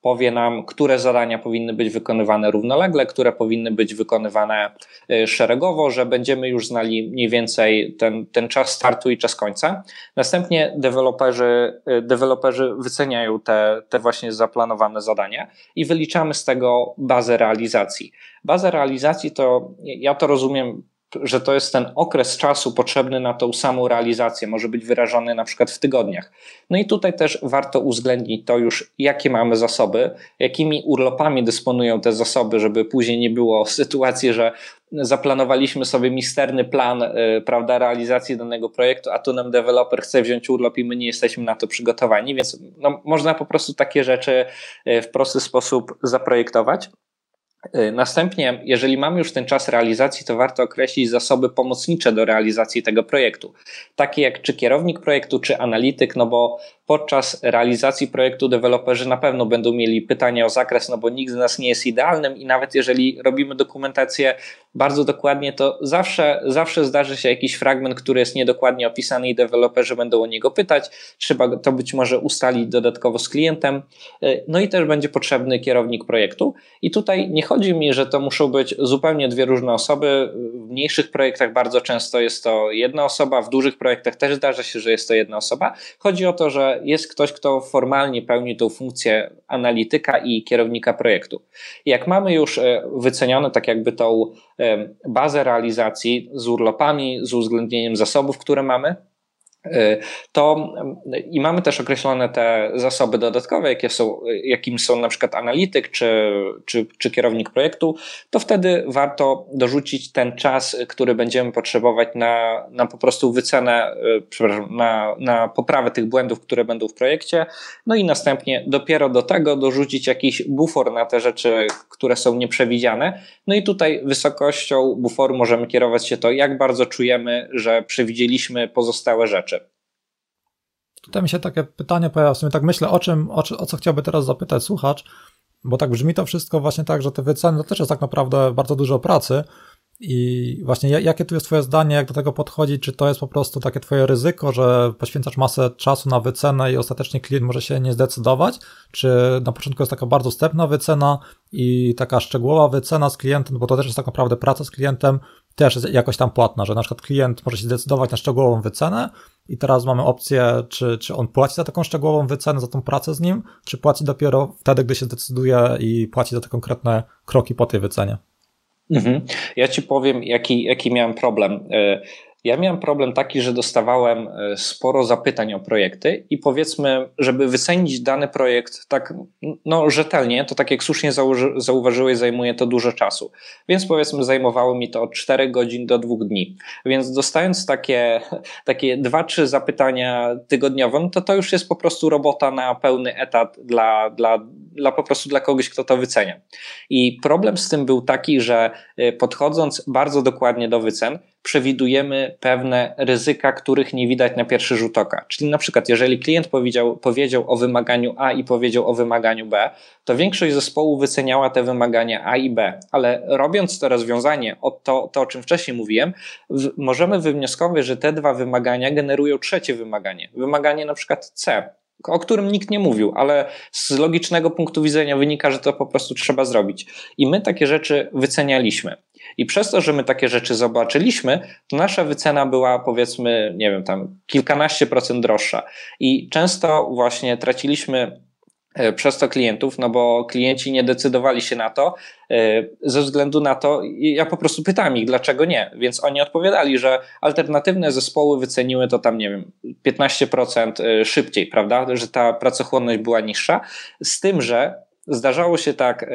powie nam, które zadania powinny być wykonywane równolegle, które powinny być wykonywane szeregowo, że będziemy już znali mniej więcej ten czas startu i czas końca. Następnie deweloperzy wyceniają te właśnie zaplanowane zadania i wyliczamy z tego bazę realizacji. Baza realizacji to, ja to rozumiem, że to jest ten okres czasu potrzebny na tą samą realizację, może być wyrażony na przykład w tygodniach. No i tutaj też warto uwzględnić to już, jakie mamy zasoby, jakimi urlopami dysponują te zasoby, żeby później nie było sytuacji, że zaplanowaliśmy sobie misterny plan, prawda, realizacji danego projektu, a tu nam deweloper chce wziąć urlop i my nie jesteśmy na to przygotowani, więc no, można po prostu takie rzeczy w prosty sposób zaprojektować. Następnie, jeżeli mamy już ten czas realizacji, to warto określić zasoby pomocnicze do realizacji tego projektu, takie jak czy kierownik projektu, czy analityk, no bo podczas realizacji projektu deweloperzy na pewno będą mieli pytania o zakres, no bo nikt z nas nie jest idealnym i nawet jeżeli robimy dokumentację bardzo dokładnie, to zawsze zdarzy się jakiś fragment, który jest niedokładnie opisany i deweloperzy będą o niego pytać. Trzeba to być może ustalić dodatkowo z klientem. No i też będzie potrzebny kierownik projektu. I tutaj nie chodzi mi, że to muszą być zupełnie dwie różne osoby. W mniejszych projektach bardzo często jest to jedna osoba, w dużych projektach też zdarza się, że jest to jedna osoba. Chodzi o to, że jest ktoś, kto formalnie pełni tą funkcję analityka i kierownika projektu. I jak mamy już wycenione tak jakby tą bazę realizacji z urlopami, z uwzględnieniem zasobów, które mamy, to i mamy też określone te zasoby dodatkowe, jakim są na przykład analityk czy kierownik projektu, to wtedy warto dorzucić ten czas, który będziemy potrzebować na po prostu wycenę, na poprawę tych błędów, które będą w projekcie, no i następnie dopiero do tego dorzucić jakiś bufor na te rzeczy, które są nieprzewidziane. No i tutaj wysokością buforu możemy kierować się to, jak bardzo czujemy, że przewidzieliśmy pozostałe rzeczy. Tutaj mi się takie pytanie pojawia, w sumie tak myślę, o co chciałby teraz zapytać słuchacz, bo tak brzmi to wszystko właśnie tak, że te wyceny to też jest tak naprawdę bardzo dużo pracy i właśnie jakie tu jest twoje zdanie, jak do tego podchodzić, czy to jest po prostu takie twoje ryzyko, że poświęcasz masę czasu na wycenę i ostatecznie klient może się nie zdecydować, czy na początku jest taka bardzo wstępna wycena i taka szczegółowa wycena z klientem, bo to też jest tak naprawdę praca z klientem, też jest jakoś tam płatna, że na przykład klient może się zdecydować na szczegółową wycenę i teraz mamy opcję, czy on płaci za taką szczegółową wycenę, za tą pracę z nim, czy płaci dopiero wtedy, gdy się zdecyduje i płaci za te konkretne kroki po tej wycenie. Ja ci powiem, jaki miałem problem. Ja miałem problem taki, że dostawałem sporo zapytań o projekty i powiedzmy, żeby wycenić dany projekt tak rzetelnie, to tak jak słusznie zauważyłeś, zajmuje to dużo czasu. Więc powiedzmy zajmowało mi to od 4 godzin do 2 dni. Więc dostając takie 2-3 zapytania tygodniowo, no to już jest po prostu robota na pełny etat po prostu dla kogoś, kto to wycenia. I problem z tym był taki, że podchodząc bardzo dokładnie do wycen, przewidujemy pewne ryzyka, których nie widać na pierwszy rzut oka. Czyli na przykład, jeżeli klient powiedział o wymaganiu A i powiedział o wymaganiu B, to większość zespołu wyceniała te wymagania A i B, ale robiąc to rozwiązanie, to o czym wcześniej mówiłem, możemy wywnioskować, że te 2 wymagania generują trzecie wymaganie na przykład C, o którym nikt nie mówił, ale z logicznego punktu widzenia wynika, że to po prostu trzeba zrobić. I my takie rzeczy wycenialiśmy. I przez to, że my takie rzeczy zobaczyliśmy, to nasza wycena była powiedzmy, nie wiem, tam kilkanaście procent droższa. I często właśnie traciliśmy przez to klientów, no bo klienci nie decydowali się na to ze względu na to, ja po prostu pytałem ich, dlaczego nie, więc oni odpowiadali, że alternatywne zespoły wyceniły to tam, nie wiem, 15% szybciej, prawda, że ta pracochłonność była niższa, z tym, że zdarzało się tak,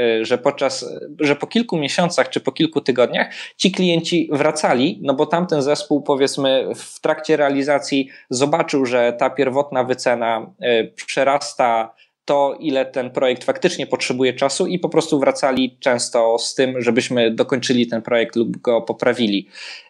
że po kilku miesiącach czy po kilku tygodniach ci klienci wracali, no bo tamten zespół powiedzmy w trakcie realizacji zobaczył, że ta pierwotna wycena przerasta to, ile ten projekt faktycznie potrzebuje czasu i po prostu wracali często z tym, żebyśmy dokończyli ten projekt lub go poprawili.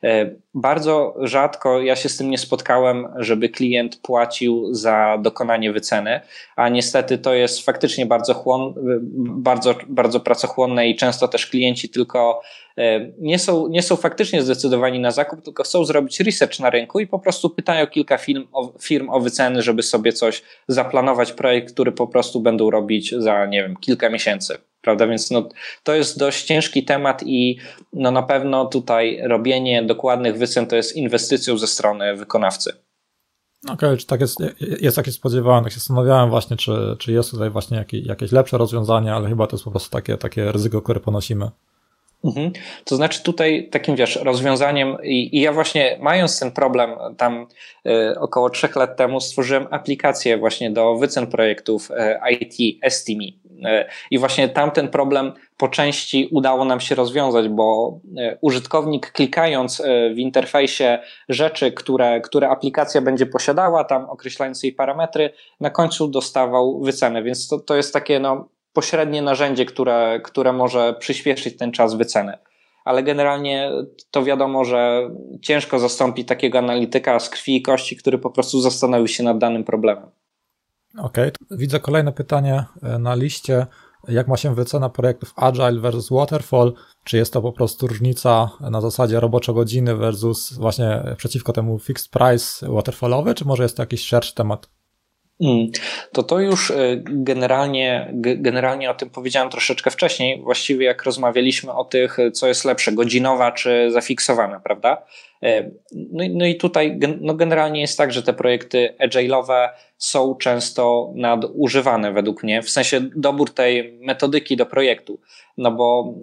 Bardzo rzadko ja się z tym nie spotkałem, żeby klient płacił za dokonanie wyceny, a niestety to jest faktycznie bardzo pracochłonne i często też klienci tylko nie są faktycznie zdecydowani na zakup, tylko chcą zrobić research na rynku i po prostu pytają kilka firm o wyceny, żeby sobie coś zaplanować, projekt, który po prostu będą robić za, nie wiem, kilka miesięcy. Prawda? Więc to jest dość ciężki temat i na pewno tutaj robienie dokładnych wycen to jest inwestycją ze strony wykonawcy. Okej, czy tak jest jakieś spodziewanie? Tak się zastanawiałem właśnie, czy jest tutaj właśnie jakieś lepsze rozwiązanie, ale chyba to jest po prostu takie ryzyko, które ponosimy. To znaczy tutaj takim, rozwiązaniem i ja właśnie mając ten problem tam około 3 lat temu stworzyłem aplikację właśnie do wycen projektów IT, Estime. I właśnie tamten problem po części udało nam się rozwiązać, bo użytkownik klikając w interfejsie rzeczy, które aplikacja będzie posiadała, tam określając jej parametry, na końcu dostawał wycenę, więc to jest takie pośrednie narzędzie, które może przyspieszyć ten czas wyceny. Ale generalnie to wiadomo, że ciężko zastąpi takiego analityka z krwi i kości, który po prostu zastanowił się nad danym problemem. Okej, widzę kolejne pytanie na liście. Jak ma się wycena projektów Agile versus Waterfall? Czy jest to po prostu różnica na zasadzie roboczo-godziny versus właśnie przeciwko temu fixed price waterfallowy, czy może jest to jakiś szerszy temat? To już generalnie o tym powiedziałem troszeczkę wcześniej, właściwie jak rozmawialiśmy o tych, co jest lepsze, godzinowa czy zafiksowana, prawda? No i tutaj generalnie jest tak, że te projekty agile'owe są często nadużywane według mnie, w sensie dobór tej metodyki do projektu, no bo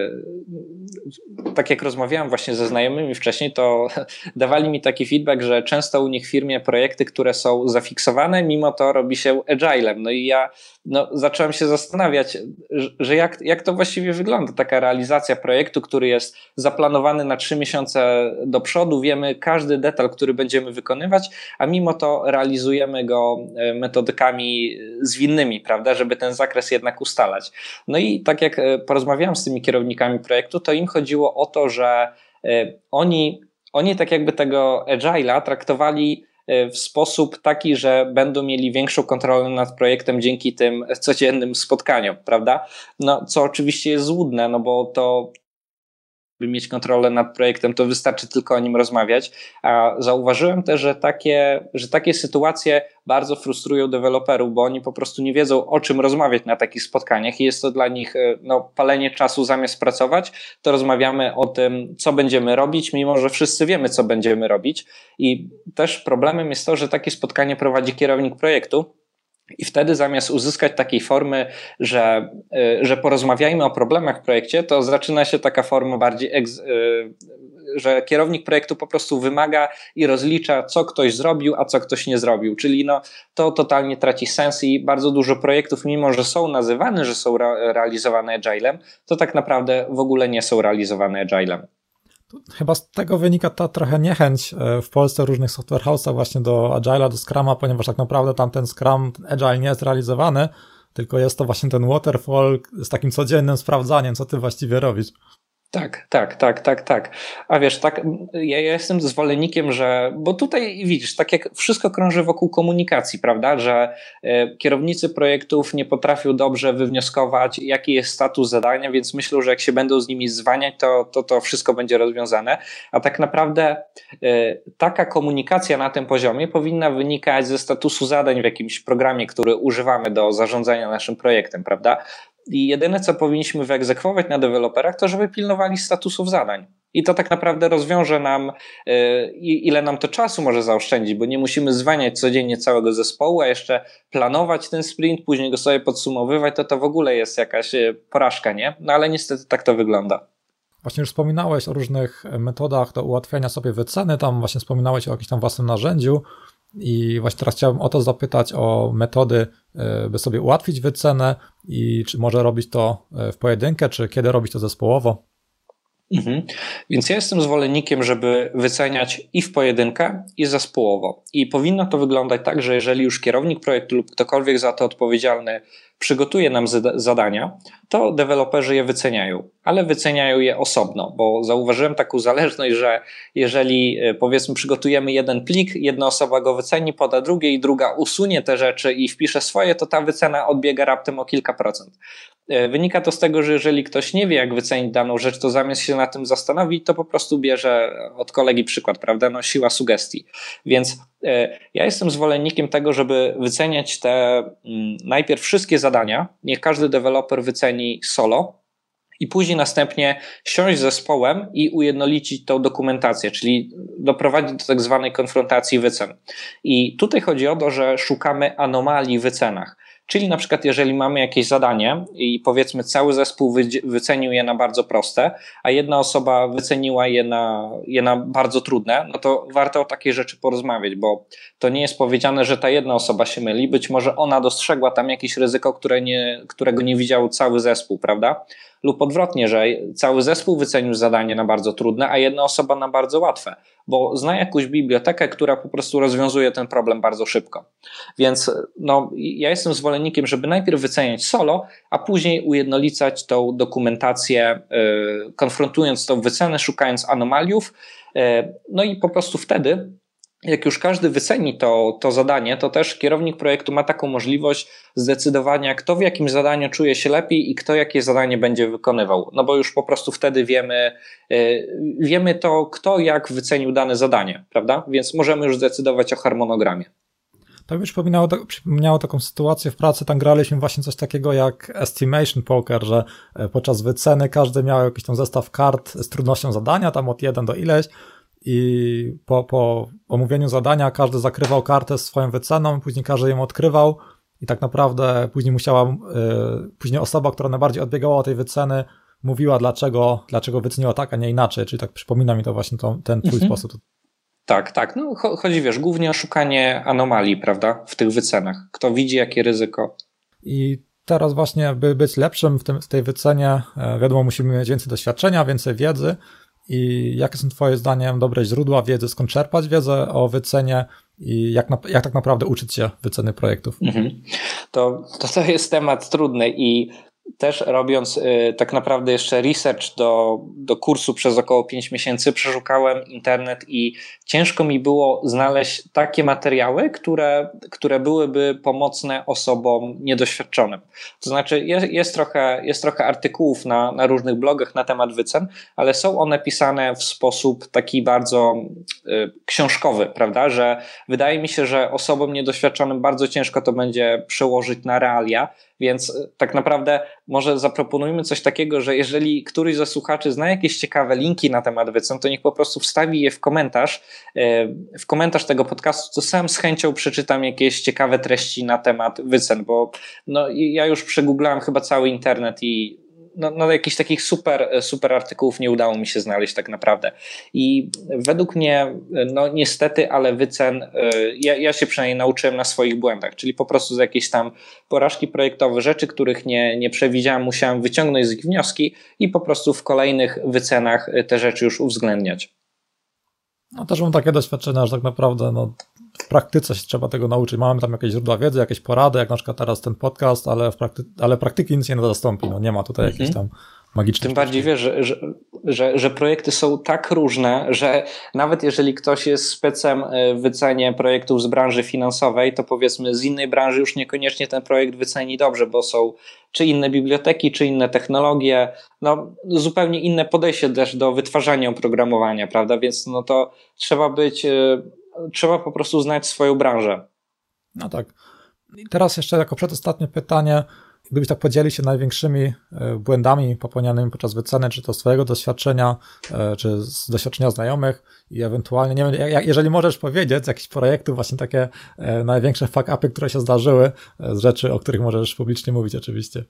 tak jak rozmawiałem właśnie ze znajomymi wcześniej, to dawali mi taki feedback, że często u nich w firmie projekty, które są zafiksowane, mimo to robi się agilem. No i ja zacząłem się zastanawiać, że jak to właściwie wygląda, taka realizacja projektu, który jest zaplanowany na 3 miesiące do przodu, wiemy każdy detal, który będziemy wykonywać, a mimo to realizujemy go metodykami zwinnymi, prawda, żeby ten zakres jednak ustalać. No i tak jak porozmawiałem z tymi kierownikami projektu, to im chodziło o to, że oni tak jakby tego agile'a traktowali w sposób taki, że będą mieli większą kontrolę nad projektem dzięki tym codziennym spotkaniom, prawda? No, co oczywiście jest złudne, no bo to by mieć kontrolę nad projektem, to wystarczy tylko o nim rozmawiać, a zauważyłem też, że takie sytuacje bardzo frustrują deweloperów, bo oni po prostu nie wiedzą, o czym rozmawiać na takich spotkaniach i jest to dla nich palenie czasu. Zamiast pracować, to rozmawiamy o tym, co będziemy robić, mimo że wszyscy wiemy, co będziemy robić. I też problemem jest to, że takie spotkanie prowadzi kierownik projektu, i wtedy zamiast uzyskać takiej formy, że porozmawiajmy o problemach w projekcie, to zaczyna się taka forma bardziej, że kierownik projektu po prostu wymaga i rozlicza, co ktoś zrobił, a co ktoś nie zrobił. Czyli to totalnie traci sens i bardzo dużo projektów, mimo że są nazywane, że są realizowane agilem, to tak naprawdę w ogóle nie są realizowane agilem. Chyba z tego wynika ta trochę niechęć w Polsce różnych software house'ów właśnie do Agile'a, do Scruma, ponieważ tak naprawdę tam ten Scrum, ten Agile nie jest realizowany, tylko jest to właśnie ten waterfall z takim codziennym sprawdzaniem, co ty właściwie robisz. Tak. A wiesz, ja jestem zwolennikiem, bo tutaj widzisz, tak jak wszystko krąży wokół komunikacji, prawda, że kierownicy projektów nie potrafią dobrze wywnioskować, jaki jest status zadania, więc myślą, że jak się będą z nimi zwalniać, to wszystko będzie rozwiązane, a tak naprawdę taka komunikacja na tym poziomie powinna wynikać ze statusu zadań w jakimś programie, który używamy do zarządzania naszym projektem, prawda? I jedyne, co powinniśmy wyegzekwować na deweloperach, to żeby pilnowali statusów zadań. I to tak naprawdę rozwiąże nam, ile nam to czasu może zaoszczędzić, bo nie musimy zwalniać codziennie całego zespołu, a jeszcze planować ten sprint, później go sobie podsumowywać, to w ogóle jest jakaś porażka, nie? No ale niestety tak to wygląda. Właśnie już wspominałeś o różnych metodach do ułatwienia sobie wyceny, tam właśnie wspominałeś o jakimś tam własnym narzędziu. I właśnie teraz chciałbym o to zapytać, o metody, by sobie ułatwić wycenę i czy może robić to w pojedynkę, czy kiedy robić to zespołowo? Więc ja jestem zwolennikiem, żeby wyceniać i w pojedynkę, i zespołowo. I powinno to wyglądać tak, że jeżeli już kierownik projektu lub ktokolwiek za to odpowiedzialny przygotuje nam zadania, to deweloperzy je wyceniają, ale wyceniają je osobno, bo zauważyłem taką zależność, że jeżeli powiedzmy przygotujemy jeden plik, jedna osoba go wyceni, poda drugiej i druga usunie te rzeczy i wpisze swoje, to ta wycena odbiega raptem o kilka procent. Wynika to z tego, że jeżeli ktoś nie wie, jak wycenić daną rzecz, to zamiast się na tym zastanowić, to po prostu bierze od kolegi przykład, prawda? No, siła sugestii. Więc ja jestem zwolennikiem tego, żeby wyceniać te najpierw wszystkie zadania. Niech każdy deweloper wyceni solo i później następnie siąść z zespołem i ujednolicić tą dokumentację, czyli doprowadzić do tak zwanej konfrontacji wycen. I tutaj chodzi o to, że szukamy anomalii w wycenach. Czyli na przykład jeżeli mamy jakieś zadanie i powiedzmy cały zespół wycenił je na bardzo proste, a jedna osoba wyceniła je na bardzo trudne, no to warto o takiej rzeczy porozmawiać, bo to nie jest powiedziane, że ta jedna osoba się myli, być może ona dostrzegła tam jakieś ryzyko, którego nie widział cały zespół, prawda? Lub odwrotnie, że cały zespół wycenił zadanie na bardzo trudne, a jedna osoba na bardzo łatwe, bo zna jakąś bibliotekę, która po prostu rozwiązuje ten problem bardzo szybko. Więc no, ja jestem zwolennikiem, żeby najpierw wyceniać solo, a później ujednolicać tą dokumentację, konfrontując tą wycenę, szukając anomaliów, no i po prostu wtedy, jak już każdy wyceni to zadanie, to też kierownik projektu ma taką możliwość zdecydowania, kto w jakim zadaniu czuje się lepiej i kto jakie zadanie będzie wykonywał. No bo już po prostu wtedy wiemy to, kto jak wycenił dane zadanie, prawda? Więc możemy już zdecydować o harmonogramie. To mi przypomniało taką sytuację w pracy, tam graliśmy właśnie coś takiego jak estimation poker, że podczas wyceny każdy miał jakiś tam zestaw kart z trudnością zadania, tam od 1 do ileś, i po omówieniu zadania każdy zakrywał kartę swoją wyceną, później każdy ją odkrywał i tak naprawdę później osoba, która najbardziej odbiegała od tej wyceny, mówiła dlaczego wyceniła tak, a nie inaczej, czyli tak przypomina mi to właśnie ten twój sposób. Tak. No, chodzi, głównie o szukanie anomalii, prawda, w tych wycenach. Kto widzi, jakie ryzyko. I teraz właśnie, by być lepszym w tej wycenie, wiadomo, musimy mieć więcej doświadczenia, więcej wiedzy. I jakie są twoim zdaniem dobre źródła wiedzy, skąd czerpać wiedzę o wycenie i jak tak naprawdę uczyć się wyceny projektów? To jest temat trudny i też robiąc tak naprawdę jeszcze research do kursu przez około 5 miesięcy, przeszukałem internet i ciężko mi było znaleźć takie materiały, które byłyby pomocne osobom niedoświadczonym. To znaczy jest trochę artykułów na różnych blogach na temat wycen, ale są one pisane w sposób taki bardzo książkowy, prawda, że wydaje mi się, że osobom niedoświadczonym bardzo ciężko to będzie przełożyć na realia, więc tak naprawdę może zaproponujmy coś takiego, że jeżeli któryś ze słuchaczy zna jakieś ciekawe linki na temat wycen, to niech po prostu wstawi je w komentarz tego podcastu, to sam z chęcią przeczytam jakieś ciekawe treści na temat wycen, bo no, ja już przegooglałem chyba cały internet i no jakichś takich super artykułów nie udało mi się znaleźć tak naprawdę. I według mnie, no niestety, ale wycen, ja się przynajmniej nauczyłem na swoich błędach, czyli po prostu z jakiejś tam porażki projektowe, rzeczy, których nie przewidziałem, musiałem wyciągnąć z nich wnioski i po prostu w kolejnych wycenach te rzeczy już uwzględniać. No też mam takie doświadczenia, że tak naprawdę w praktyce się trzeba tego nauczyć. Mamy tam jakieś źródła wiedzy, jakieś porady, jak na przykład teraz ten podcast, ale praktyki nic nie zastąpi. No nie ma tutaj jakichś tam magicznych... Tym bardziej wiesz, że projekty są tak różne, że nawet jeżeli ktoś jest specem w wycenie projektów z branży finansowej, to powiedzmy z innej branży już niekoniecznie ten projekt wyceni dobrze, bo są czy inne biblioteki, czy inne technologie, no zupełnie inne podejście też do wytwarzania oprogramowania, prawda? Więc no to trzeba po prostu znać swoją branżę. No tak. I teraz jeszcze jako przedostatnie pytanie, gdybyś tak podzielił się największymi błędami popełnianymi podczas wyceny, czy to z twojego doświadczenia, czy z doświadczenia znajomych i ewentualnie, nie wiem, jeżeli możesz powiedzieć z jakichś projektów właśnie takie największe fuck-upy, które się zdarzyły, z rzeczy, o których możesz publicznie mówić oczywiście.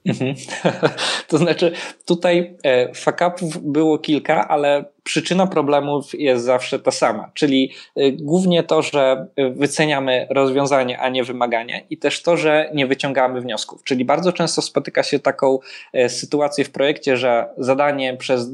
To znaczy tutaj fuck-upów było kilka, ale przyczyna problemów jest zawsze ta sama, czyli głównie to, że wyceniamy rozwiązanie, a nie wymaganie i też to, że nie wyciągamy wniosków, czyli bardzo często spotyka się taką sytuację w projekcie, że zadanie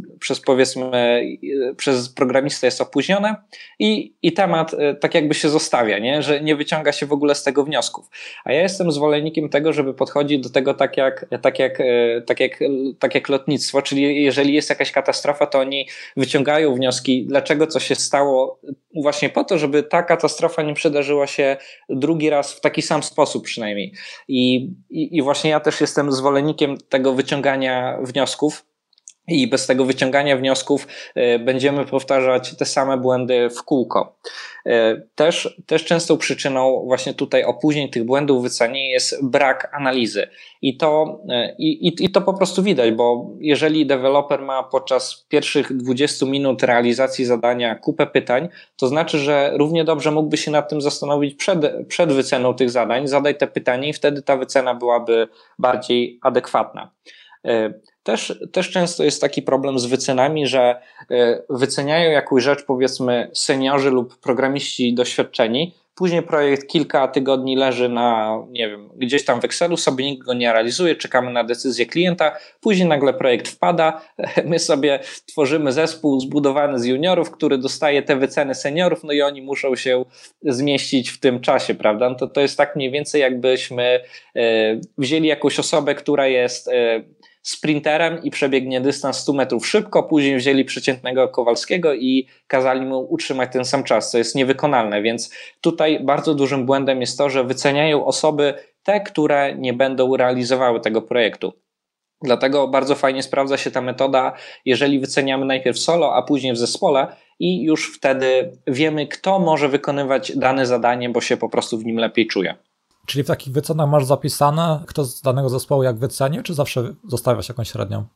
przez programistę jest opóźnione i temat tak jakby się zostawia, nie? Że nie wyciąga się w ogóle z tego wniosków. A ja jestem zwolennikiem tego, żeby podchodzić do tego tak jak lotnictwo, czyli jeżeli jest jakaś katastrofa, to oni wyciągają wyciągają wnioski, dlaczego coś się stało, właśnie po to, żeby ta katastrofa nie przydarzyła się drugi raz w taki sam sposób przynajmniej. I właśnie ja też jestem zwolennikiem tego wyciągania wniosków. I bez tego wyciągania wniosków będziemy powtarzać te same błędy w kółko. Też częstą przyczyną właśnie tutaj opóźnień tych błędów w wycenie jest brak analizy. I to po prostu widać, bo jeżeli deweloper ma podczas pierwszych 20 minut realizacji zadania kupę pytań, to znaczy, że równie dobrze mógłby się nad tym zastanowić przed wyceną tych zadań, zadać te pytanie i wtedy ta wycena byłaby bardziej adekwatna. Też często jest taki problem z wycenami, że wyceniają jakąś rzecz, powiedzmy, seniorzy lub programiści doświadczeni. Później projekt kilka tygodni leży nie wiem, gdzieś tam w Excelu, sobie nikt go nie realizuje, czekamy na decyzję klienta, później nagle projekt wpada, my sobie tworzymy zespół zbudowany z juniorów, który dostaje te wyceny seniorów, no i oni muszą się zmieścić w tym czasie, prawda? No to jest tak mniej więcej, jakbyśmy wzięli jakąś osobę, która jest sprinterem i przebiegnie dystans 100 metrów szybko, później wzięli przeciętnego Kowalskiego i kazali mu utrzymać ten sam czas, co jest niewykonalne, więc tutaj bardzo dużym błędem jest to, że wyceniają osoby te, które nie będą realizowały tego projektu. Dlatego bardzo fajnie sprawdza się ta metoda, jeżeli wyceniamy najpierw solo, a później w zespole i już wtedy wiemy, kto może wykonywać dane zadanie, bo się po prostu w nim lepiej czuje. Czyli w takich wycenach masz zapisane, kto z danego zespołu jak wycenił, czy zawsze zostawiasz jakąś średnią?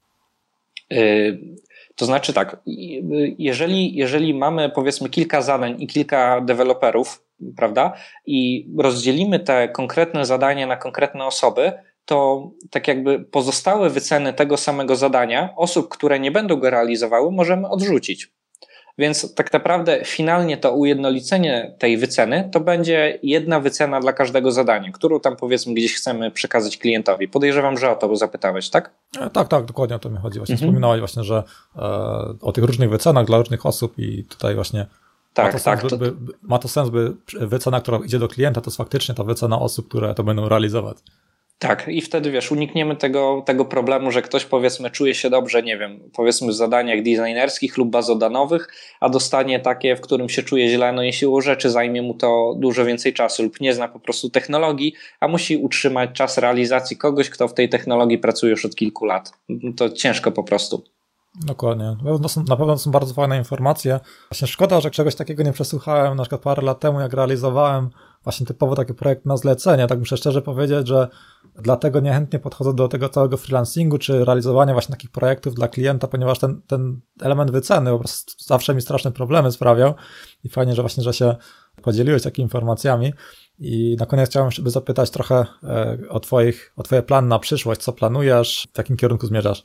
To znaczy tak, jeżeli mamy powiedzmy kilka zadań i kilka deweloperów, prawda, i rozdzielimy te konkretne zadania na konkretne osoby, to tak jakby pozostałe wyceny tego samego zadania, osób, które nie będą go realizowały, możemy odrzucić. Więc tak naprawdę finalnie to ujednolicenie tej wyceny to będzie jedna wycena dla każdego zadania, którą tam powiedzmy gdzieś chcemy przekazać klientowi. Podejrzewam, że o to zapytałeś, tak? Tak, dokładnie o to mi chodzi. Właśnie wspominałeś właśnie, że o tych różnych wycenach dla różnych osób i tutaj właśnie ma to sens, by wycena, która idzie do klienta, to jest faktycznie ta wycena osób, które to będą realizować. Tak, i wtedy wiesz, unikniemy tego problemu, że ktoś powiedzmy czuje się dobrze, nie wiem, powiedzmy w zadaniach designerskich lub bazodanowych, a dostanie takie, w którym się czuje źle, no i siłą rzeczy zajmie mu to dużo więcej czasu lub nie zna po prostu technologii, a musi utrzymać czas realizacji kogoś, kto w tej technologii pracuje już od kilku lat. To ciężko po prostu. Dokładnie. Na pewno są bardzo fajne informacje. Właśnie szkoda, że czegoś takiego nie przesłuchałem, na przykład parę lat temu, jak realizowałem właśnie typowo taki projekt na zlecenie. Tak muszę szczerze powiedzieć, że dlatego niechętnie podchodzę do tego całego freelancingu, czy realizowania właśnie takich projektów dla klienta, ponieważ ten element wyceny po prostu zawsze mi straszne problemy sprawiał i fajnie, że się podzieliłeś takimi informacjami. I na koniec chciałem jeszcze zapytać trochę o twoje plany na przyszłość, co planujesz, w jakim kierunku zmierzasz?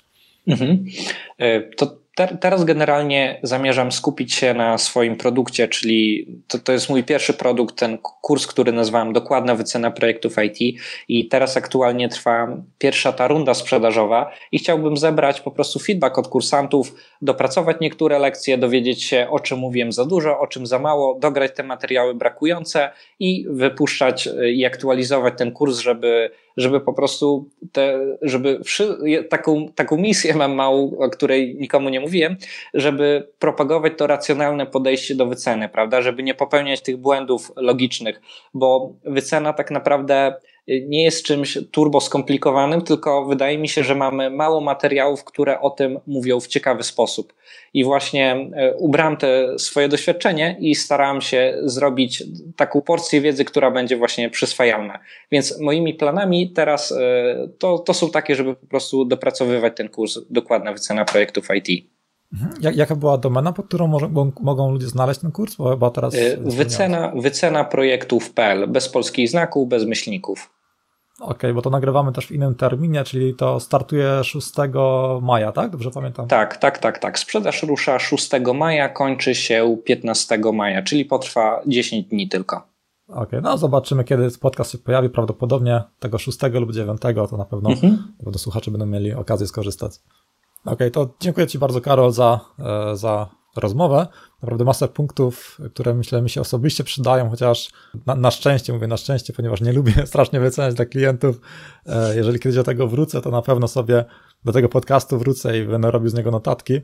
Teraz generalnie zamierzam skupić się na swoim produkcie, czyli to jest mój pierwszy produkt, ten kurs, który nazwałem Dokładna wycena projektów IT i teraz aktualnie trwa pierwsza ta runda sprzedażowa i chciałbym zebrać po prostu feedback od kursantów, dopracować niektóre lekcje, dowiedzieć się, o czym mówiłem za dużo, o czym za mało, dograć te materiały brakujące i wypuszczać i aktualizować ten kurs, żeby po prostu taką misję mam małą, o której nikomu nie mówiłem, żeby propagować to racjonalne podejście do wyceny, prawda, żeby nie popełniać tych błędów logicznych, bo wycena tak naprawdę nie jest czymś turbo skomplikowanym, tylko wydaje mi się, że mamy mało materiałów, które o tym mówią w ciekawy sposób. I właśnie ubrałem te swoje doświadczenie i starałem się zrobić taką porcję wiedzy, która będzie właśnie przyswajalna. Więc moimi planami teraz to są takie, żeby po prostu dopracowywać ten kurs Dokładna wycena projektów IT. Jaka była domena, pod którą mogą ludzie znaleźć ten kurs? Bo chyba teraz wycena projektów.pl, bez polskich znaków, bez myślników. Okej, bo to nagrywamy też w innym terminie, czyli to startuje 6 maja, tak? Dobrze pamiętam? Tak. Sprzedaż rusza 6 maja, kończy się 15 maja, czyli potrwa 10 dni tylko. Okej, no zobaczymy, kiedy podcast się pojawi, prawdopodobnie tego 6 lub 9, to na pewno słuchacze będą mieli okazję skorzystać. Okej, to dziękuję Ci bardzo, Karol, za rozmowę. Naprawdę masę punktów, które myślę mi się osobiście przydają, chociaż na szczęście, ponieważ nie lubię strasznie wyceniać dla klientów. Jeżeli kiedyś do tego wrócę, to na pewno sobie do tego podcastu wrócę i będę robił z niego notatki,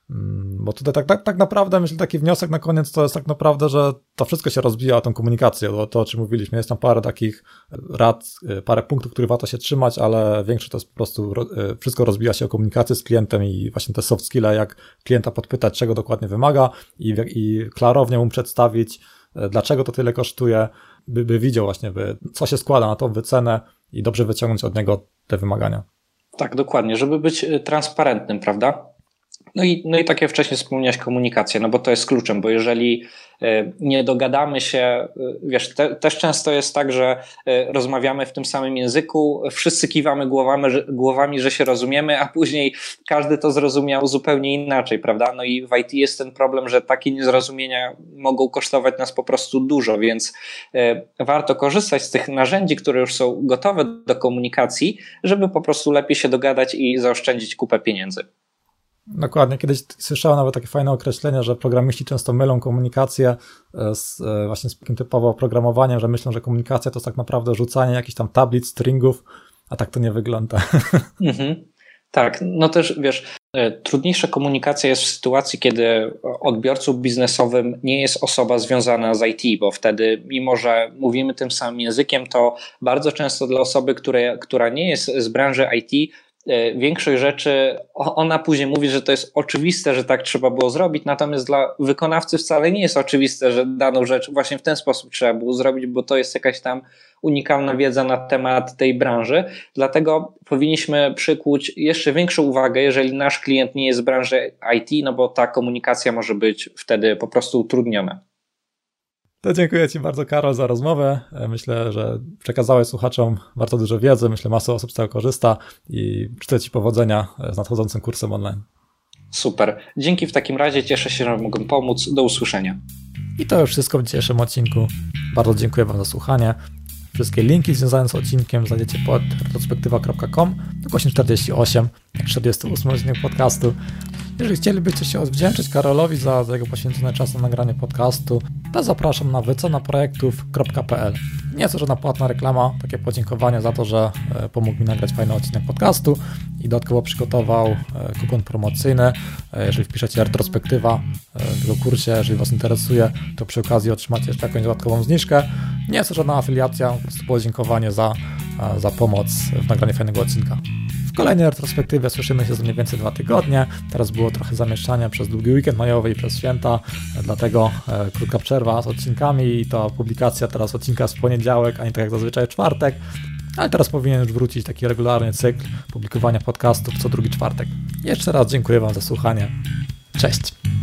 Bo tutaj tak naprawdę myślę, taki wniosek na koniec to jest tak naprawdę, że to wszystko się rozbija o tą komunikację, to o czym mówiliśmy. Jest tam parę takich rad, parę punktów, których warto się trzymać, ale większość to jest po prostu wszystko rozbija się o komunikację z klientem i właśnie te soft skille, jak klienta podpytać, czego dokładnie wymaga i klarownie mu przedstawić, dlaczego to tyle kosztuje, by widział właśnie, co się składa na tą wycenę i dobrze wyciągnąć od niego te wymagania. Tak, dokładnie, żeby być transparentnym, prawda? No i tak jak wcześniej wspomniałeś, komunikacja, no bo to jest kluczem, bo jeżeli nie dogadamy się, wiesz, też często jest tak, że rozmawiamy w tym samym języku, wszyscy kiwamy głowami, że się rozumiemy, a później każdy to zrozumiał zupełnie inaczej, prawda? No i w IT jest ten problem, że takie niezrozumienia mogą kosztować nas po prostu dużo, więc warto korzystać z tych narzędzi, które już są gotowe do komunikacji, żeby po prostu lepiej się dogadać i zaoszczędzić kupę pieniędzy. Dokładnie. Kiedyś słyszałem nawet takie fajne określenie, że programiści często mylą komunikację właśnie z takim typowo oprogramowaniem, że myślą, że komunikacja to jest tak naprawdę rzucanie jakichś tam tablic, stringów, a tak to nie wygląda. Tak, no też wiesz, trudniejsza komunikacja jest w sytuacji, kiedy odbiorcą biznesowym nie jest osoba związana z IT, bo wtedy, mimo że mówimy tym samym językiem, to bardzo często dla osoby, która nie jest z branży IT, większość rzeczy, ona później mówi, że to jest oczywiste, że tak trzeba było zrobić, natomiast dla wykonawcy wcale nie jest oczywiste, że daną rzecz właśnie w ten sposób trzeba było zrobić, bo to jest jakaś tam unikalna wiedza na temat tej branży. Dlatego powinniśmy przykuć jeszcze większą uwagę, jeżeli nasz klient nie jest z branży IT, no bo ta komunikacja może być wtedy po prostu utrudniona. To dziękuję Ci bardzo, Karol, za rozmowę. Myślę, że przekazałeś słuchaczom bardzo dużo wiedzy. Myślę, masa osób z tego korzysta i życzę Ci powodzenia z nadchodzącym kursem online. Super. Dzięki w takim razie. Cieszę się, że mogłem pomóc. Do usłyszenia. I to już wszystko w dzisiejszym odcinku. Bardzo dziękuję Wam za słuchanie. Wszystkie linki związane z odcinkiem znajdziecie pod retrospektywa.com / 48, 48 odcinek podcastu. Jeżeli chcielibyście się odwdzięczyć Karolowi za jego poświęcony czas na nagranie podcastu, to zapraszam na wycenaprojektów.pl. Nie jest to żadna płatna reklama, takie podziękowanie za to, że pomógł mi nagrać fajny odcinek podcastu i dodatkowo przygotował kupon promocyjny. Jeżeli wpiszecie retrospektywa w tego kursie, jeżeli Was interesuje, to przy okazji otrzymacie jeszcze jakąś dodatkową zniżkę. Nie jest to żadna afiliacja, po prostu podziękowanie za pomoc w nagraniu fajnego odcinka. W kolejnej retrospektywie słyszymy się za mniej więcej 2 tygodnie. Teraz było trochę zamieszczania przez długi weekend majowy i przez święta, dlatego krótka przerwa z odcinkami i to publikacja teraz odcinka w poniedziałek, a nie tak jak zazwyczaj w czwartek. Ale teraz powinien już wrócić taki regularny cykl publikowania podcastów co drugi czwartek. Jeszcze raz dziękuję Wam za słuchanie. Cześć!